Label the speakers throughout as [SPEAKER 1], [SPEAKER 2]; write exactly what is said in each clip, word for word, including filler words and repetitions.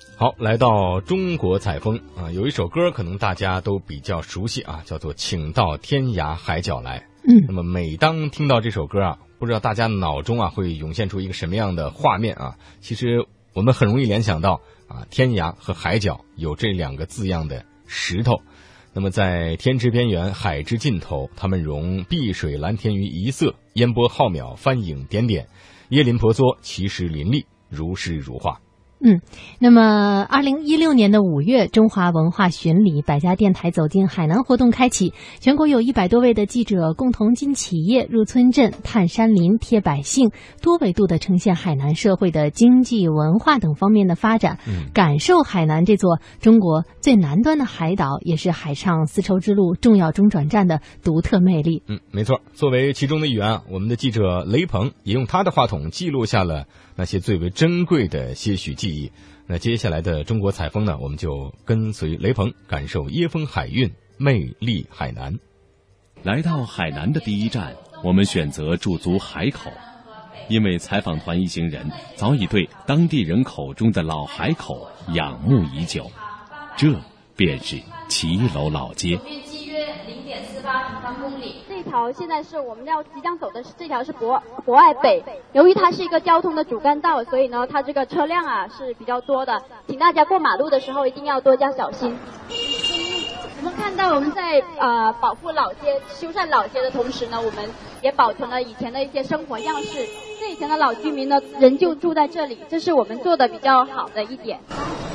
[SPEAKER 1] 好，来到中国采风啊，有一首歌可能大家都比较熟悉啊，叫做《请到天涯海角来》。
[SPEAKER 2] 嗯，
[SPEAKER 1] 那么每当听到这首歌啊，不知道大家脑中啊会涌现出一个什么样的画面啊？其实我们很容易联想到啊，天涯和海角有这两个字样的石头。那么在天之边缘，海之尽头，它们融碧水蓝天于一色，烟波浩渺，帆影点点，椰林婆娑，奇石林立，如诗如画。
[SPEAKER 2] 嗯，那么二零一六年的五月，中华文化巡礼百家电台走进海南活动开启，全国有一百多位的记者共同进企业、入村镇、探山林、贴百姓，多维度的呈现海南社会的经济、文化等方面的发展，
[SPEAKER 1] 嗯、
[SPEAKER 2] 感受海南这座中国最南端的海岛，也是海上丝绸之路重要中转站的独特魅力。
[SPEAKER 1] 嗯，没错。作为其中的一员啊，我们的记者雷鹏也用他的话筒记录下了那些最为珍贵的些许记忆。那接下来的中国采风呢，我们就跟随雷鹏感受椰风海韵，魅力海南。
[SPEAKER 3] 来到海南的第一站，我们选择驻足海口，因为采访团一行人早已对当地人口中的老海口仰慕已久，这便是骑楼老街。
[SPEAKER 4] 积约零点四八平方公里。这条现在是我们要即将走的，这条是博博爱北。由于它是一个交通的主干道，所以呢，它这个车辆啊是比较多的，请大家过马路的时候一定要多加小心。我们看到我们在呃保护老街、修缮老街的同时呢，我们也保存了以前的一些生活样式。这以前的老居民呢，仍旧住在这里，这是我们做的比较好的一点。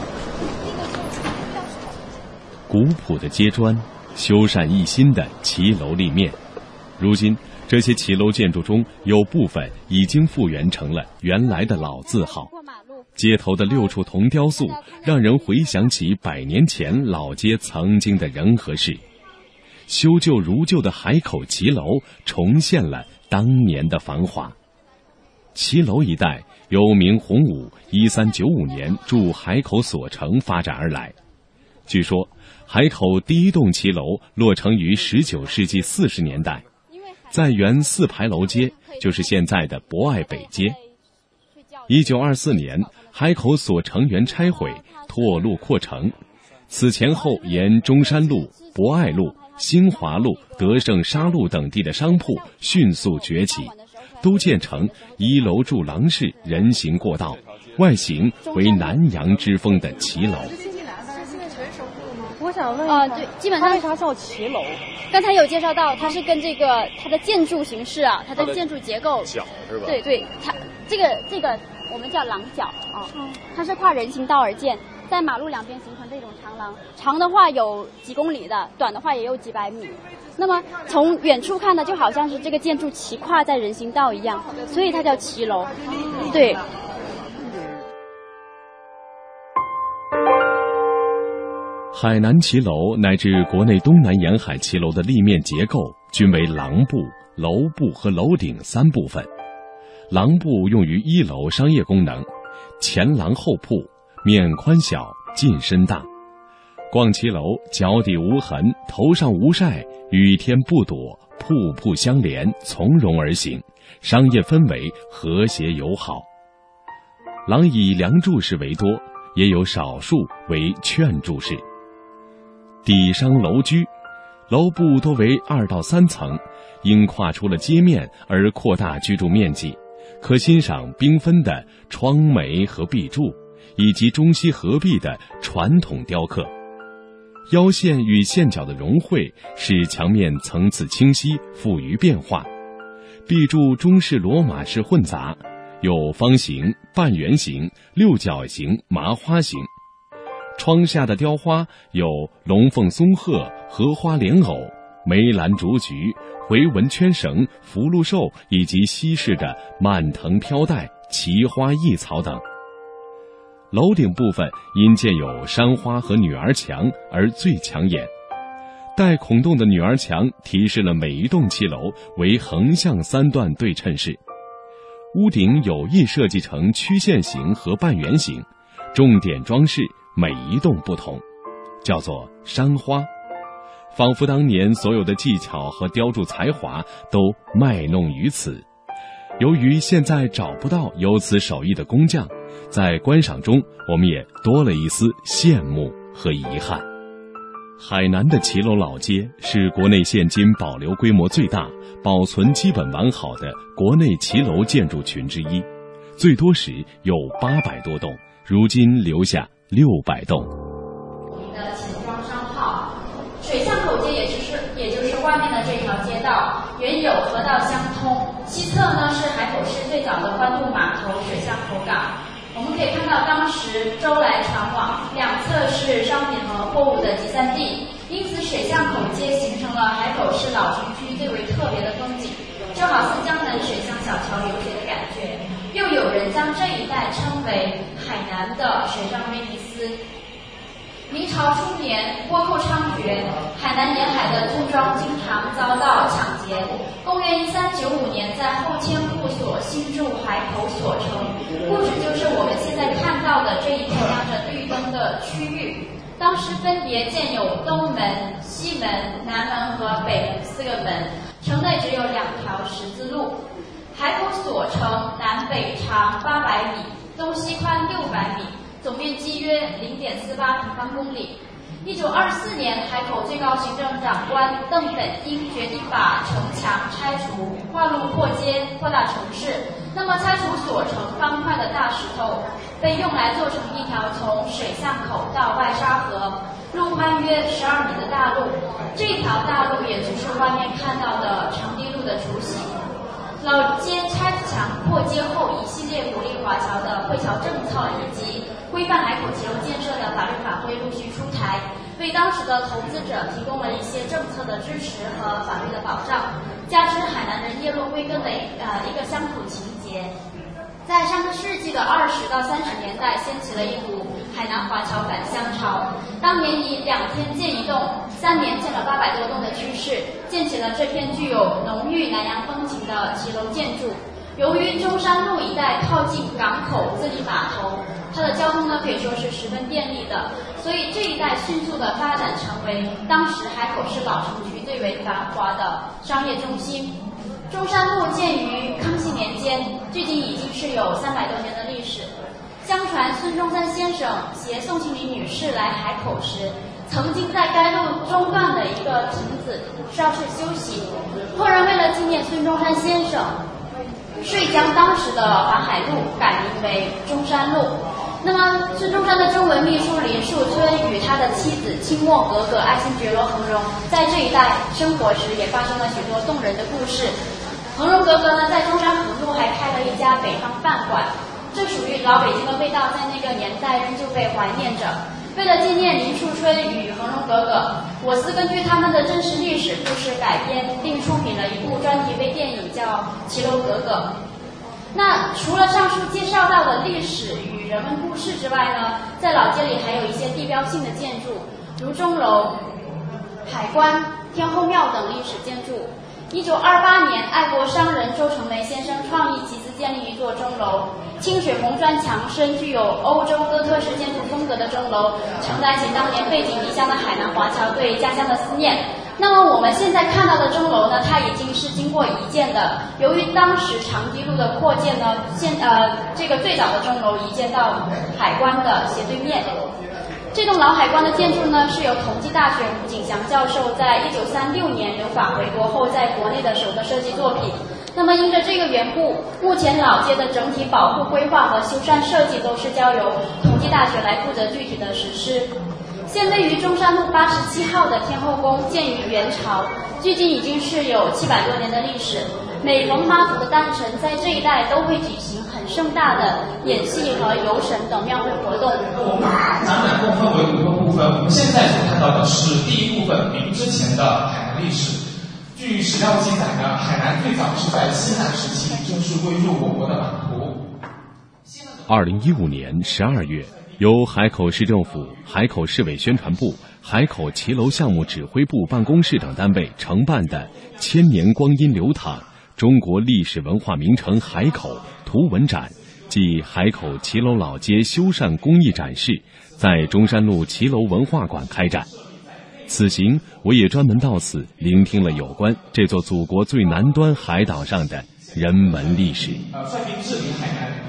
[SPEAKER 3] 古朴的街砖，修缮一新的骑楼立面。如今，这些骑楼建筑中有部分已经复原成了原来的老字号。街头的六处铜雕塑，让人回想起百年前老街曾经的人和事。修旧如旧的海口骑楼重现了当年的繁华。骑楼一带由明洪武一三九五年驻海口所城发展而来。据说，海口第一栋骑楼落成于十九世纪四十年代，在原四牌楼街，就是现在的博爱北街。一九二四年，海口所城原拆毁，拓路扩城。此前后沿中山路、博爱路、新华路、德胜沙路等地的商铺迅速崛起，都建成一楼柱廊式人行过道，外形为南洋之风的骑楼。
[SPEAKER 5] 我想问
[SPEAKER 4] 啊、呃，对，基本上
[SPEAKER 5] 为啥叫骑楼？
[SPEAKER 4] 刚才有介绍到，它是跟这个它的建筑形式啊，它的建筑结构，
[SPEAKER 3] 角是吧？
[SPEAKER 4] 对对，它这个这个我们叫廊角啊，它是跨人行道而建，在马路两边形成这种长廊，长的话有几公里的，短的话也有几百米。那么从远处看呢，就好像是这个建筑骑跨在人行道一样，所以它叫骑楼。对。
[SPEAKER 3] 海南骑楼乃至国内东南沿海骑楼的立面结构均为廊部、楼部和楼顶三部分。廊部用于一楼商业功能，前廊后铺，面宽小，进深大。逛骑楼，脚底无痕，头上无晒，雨天不躲，铺铺相连，从容而行，商业氛围和谐友好。廊以梁柱式为多，也有少数为券柱式。底商楼居，楼部多为二到三层，因跨出了街面而扩大居住面积，可欣赏缤纷的窗楣和壁柱，以及中西合璧的传统雕刻。腰线与线角的融汇，使墙面层次清晰，富于变化。壁柱中式罗马式混杂，有方形、半圆形、六角形、麻花形。窗下的雕花有龙凤松鹤、荷花莲藕、梅兰竹菊、回纹圈绳、福禄寿以及西式的蔓藤飘带、奇花异草等。楼顶部分因建有山花和女儿墙而最抢眼，带孔洞的女儿墙提示了每一栋骑楼为横向三段对称式。屋顶有意设计成曲线形和半圆形，重点装饰每一栋不同，叫做山花，仿佛当年所有的技巧和雕铸才华都卖弄于此。由于现在找不到有此手艺的工匠， 在观赏中，我们也多了一丝羡慕和遗憾。海南的骑楼老街是国内现今保留规模最大、保存基本完好的国内骑楼建筑群之一，最多时有八百多栋，如今留下六百栋。
[SPEAKER 5] 我们的钱庄商号，水巷口街也就是也就是外面的这条街道，原有河道相通，西侧呢是海口市最早的官渡码头水巷口港。我们可以看到，当时舟来船往，两侧是商品和货物的集散地，因此水巷口街形成了海口市老城区最为特别的风景，就好似江南水乡小桥流水的感觉。又有人将这一带称为海南的水上威尼斯。明朝初年，倭寇猖獗，海南沿海的村庄经常遭到抢劫。公元一三九五年，在后迁户所新筑海口所城，故址就是我们现在看到的这一片亮着绿灯的区域。当时分别建有东门、西门、南门和北门四个门，城内只有两条十字路。海口所城南北长八百米，东西宽六百米。总面积约零点四八平方公里。一九二四年，海口最高行政长官邓本英决定把城墙拆除，划路扩街，扩大城市。那么，拆除所城方块的大石头，被用来做成一条从水巷口到外沙河，路宽约十二米的大路。这条大路也就是外面看到的长堤路的雏形。老街拆墙扩街后，一系列鼓励华侨的惠侨政策以及规范海口骑楼建设的法律法规陆续出台，为当时的投资者提供了一些政策的支持和法律的保障。加之海南人叶落归根的呃一个乡土情结，在上个世纪的二十到三十年代，掀起了一股海南华侨返乡潮。当年以两天建一栋，三年建了八百多栋的趋势，建起了这片具有浓郁南洋风情的骑楼建筑。由于中山路一带靠近港口自立码头，它的交通呢可以说是十分便利的，所以这一带迅速的发展成为当时海口市老城区最为繁华的商业中心。中山路建于康熙年间，距今已经是有三百多年的历史。相传孙中山先生携宋庆龄女士来海口时，曾经在该路中段的一个亭子稍事休息，后人为了纪念孙中山先生，遂将当时的环海路改名为中山路。那么孙中山的中文秘书林树春与他的妻子清末格格爱新觉罗恒荣在这一带生活时，也发生了许多动人的故事。恒荣格格呢，在中山北路还开了一家北方饭馆，这属于老北京的味道，在那个年代仍旧被怀念着。为了纪念林树春与恒荣格格，我司根据他们的真实历史故事改编，并出品了一部专题微电影，叫《骑楼格格》。那除了上述介绍到的历史与人文故事之外呢，在老街里还有一些地标性的建筑，如钟楼、海关、天后庙等历史建筑。一九二八年，爱国商人周成梅先生创意集资建立一座钟楼，清水红砖墙身，具有欧洲哥特式建筑风格的钟楼，承载起当年背井离乡的海南华侨对家乡的思念。那么我们现在看到的钟楼呢，它已经是经过移建的。由于当时长堤路的扩建呢，现呃这个最早的钟楼移建到海关的斜对面。这栋老海关的建筑呢，是由同济大学吴景祥教授在一九三六年留法回国后在国内的首个设计作品。那么因着这个缘故，目前老街的整体保护规划和修缮设计都是交由同济大学来负责具体的实施。现位于中山路八十七号的天后宫建于元朝，距今已经是有七百多年的历史。每逢妈祖的诞辰，在这一带都会举行很盛大的演戏和游神等庙会活动。
[SPEAKER 6] 我们把展览共分为五个部分，我们现在所看到的是第一部分，明之前的海南历史。据史料记载呢，海南最早是在西汉时期正式归入我国的版图。
[SPEAKER 3] 二零一五年十二月，由海口市政府、海口市委宣传部、海口骑楼项目指挥部办公室等单位承办的千年光阴流淌中国历史文化名城海口图文展暨海口骑楼老街修缮工艺展示在中山路骑楼文化馆开展。此行我也专门到此聆听了有关这座祖国最南端海岛上的人文历史。
[SPEAKER 6] 呃，率兵治理海南，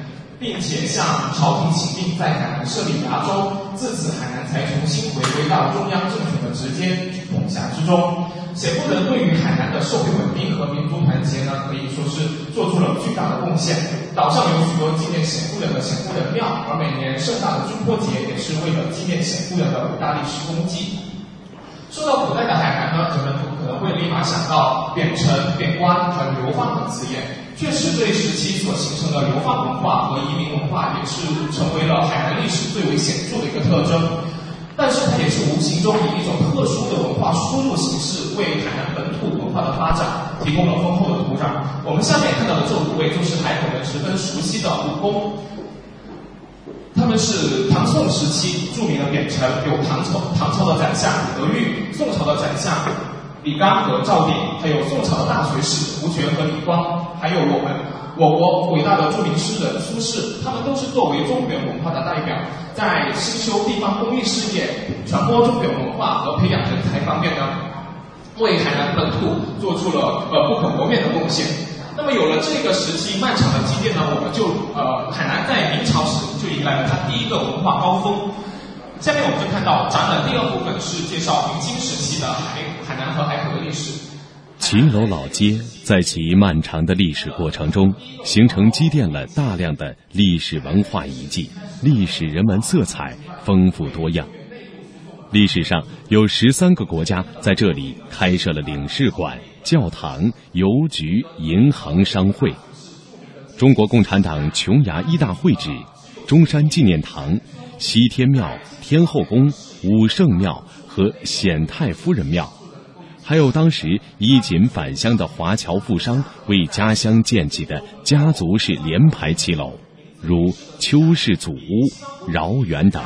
[SPEAKER 6] 并且向朝廷请命，在海南设立衙州，自此海南才重新回归到中央政权的直接统辖之中。咸夫人对于海南的社会稳定和民族团结呢，可以说是做出了巨大的贡献。岛上有许多纪念咸夫人的咸夫人庙，而每年盛大的军坡节也是为了纪念咸夫人的伟大历史功绩。说到古代的海南呢，人们可能会立马想到贬城、贬官和流放等字眼。确实，这一时期所形成的流放文化和移民文化，也是成为了海南历史最为显著的一个特征。但是它也是无形中以一种特殊的文化输入形式，为海南本土文化的发展提供了丰厚的土壤。我们下面看到的这五位就是海口人十分熟悉的武功，他们是唐宋时期著名的贬臣，有唐朝唐朝的宰相李德裕，宋朝的宰相李纲和赵鼎，还有宋朝的大学士胡筌和李光，还有我们我国伟大的著名诗人苏轼，他们都是作为中原文化的代表，在兴修地方公益事业、传播中原文化和培养人才方面呢，为海南本土做出了呃不可磨灭的贡献。那么有了这个时期漫长的积淀呢，我们就呃海南在明朝时就迎来了它第一个文化高峰。下面我们就看到展览第二部分是介绍明清时期的海海南和海口的历史。
[SPEAKER 3] 骑楼老街在其漫长的历史过程中，形成积淀了大量的历史文化遗迹，历史人文色彩丰富多样。历史上有十三个国家在这里开设了领事馆、教堂、邮局、银行、商会。中国共产党琼崖一大会址、中山纪念堂、西天庙、天后宫、武圣庙和显太夫人庙，还有当时衣锦返乡的华侨富商为家乡建起的家族式联排骑楼，如邱氏祖屋、饶园等。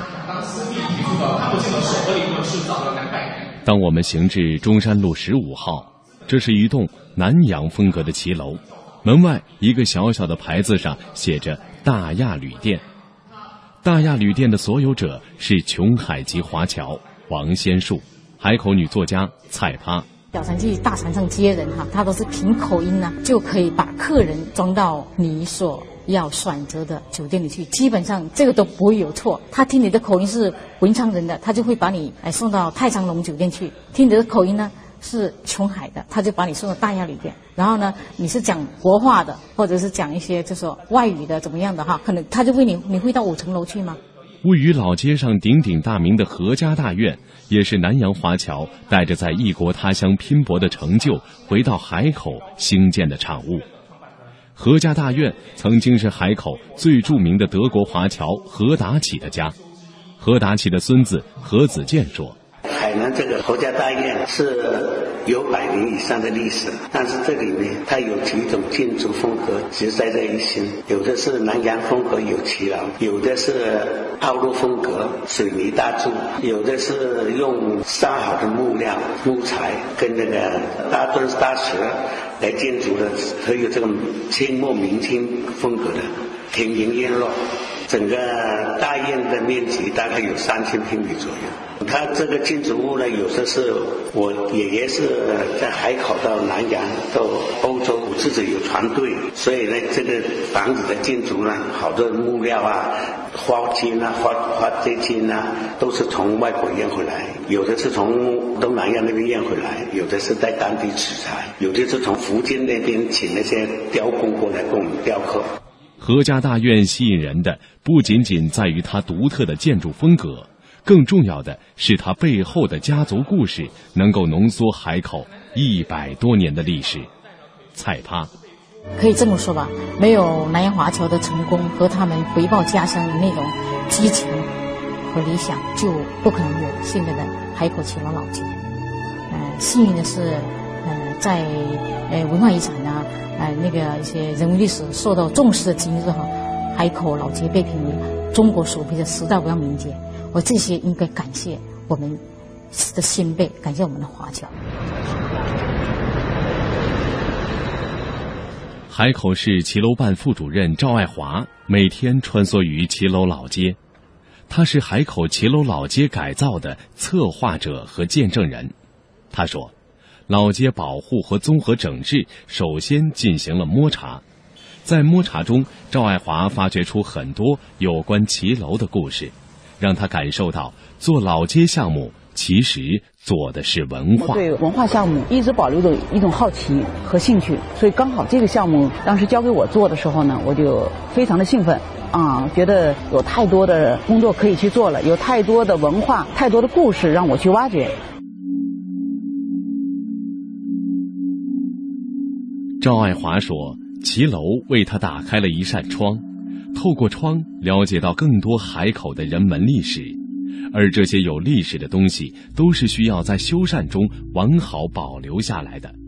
[SPEAKER 3] 当我们行至中山路十五号，这是一栋南洋风格的骑楼，门外一个小小的牌子上写着大亚旅店。大亚旅店的所有者是琼海籍华侨王先树，海口女作家蔡趴。
[SPEAKER 7] 小船去大船上接人哈，他都是凭口音呢、啊，就可以把客人装到你所要选择的酒店里去，基本上这个都不会有错。他听你的口音是文昌人的，他就会把你哎送到太昌龙酒店去；听你的口音呢是琼海的，他就把你送到大亚旅店。然后呢，你是讲国话的，或者是讲一些就是说外语的怎么样的哈，可能他就问你，你会到五层楼去吗？
[SPEAKER 3] 位于老街上鼎鼎大名的何家大院，也是南洋华侨带着在异国他乡拼搏的成就回到海口兴建的产物。何家大院曾经是海口最著名的德国华侨何达启的家。何达启的孙子何子健说，
[SPEAKER 8] 海南这个何家大院是有百年以上的历史，但是这里面它有几种建筑风格集在在一起，有的是南洋风格有骑楼，有的是澳陆风格水泥大柱，有的是用烧好的木料木材跟那个大墩大石来建筑的，还有这种清末明清风格的庭营院落。整个大院的面积大概有三千平米左右。它这个建筑物呢，有的是我爷爷是在海口到南洋到欧洲，我自己有船队，所以呢，这个房子的建筑呢，好多木料啊、花金啊、花花这金啊，都是从外国运回来，有的是从东南亚那边运回来，有的是在当地取材，有的是从福建那边请那些雕工过来给我们雕刻。
[SPEAKER 3] 何家大院吸引人的不仅仅在于它独特的建筑风格，更重要的是它背后的家族故事能够浓缩海口一百多年的历史。蔡趴
[SPEAKER 7] 可以这么说吧，没有南洋华侨的成功和他们回报家乡的那种激情和理想，就不可能有现在的海口骑楼老街。呃，幸运的是，呃，在呃文化遗产呢。呃，那个一些人文历史受到重视的今日哈，海口老街被评为中国首批的十大不要名街。我这些应该感谢我们的先辈，感谢我们的华侨。
[SPEAKER 3] 海口市骑楼办副主任赵爱华每天穿梭于骑楼老街，他是海口骑楼老街改造的策划者和见证人。他说，老街保护和综合整治首先进行了摸查， 在摸查中，赵爱华发掘出很多有关骑楼的故事，让他感受到做老街项目其实做的是文化。
[SPEAKER 9] 我对文化项目一直保留着一种好奇和兴趣，所以刚好这个项目当时交给我做的时候呢，我就非常的兴奋啊，觉得有太多的工作可以去做了，有太多的文化，太多的故事让我去挖掘。
[SPEAKER 3] 赵爱华说，骑楼为他打开了一扇窗，透过窗了解到更多海口的人文历史，而这些有历史的东西都是需要在修缮中完好保留下来的。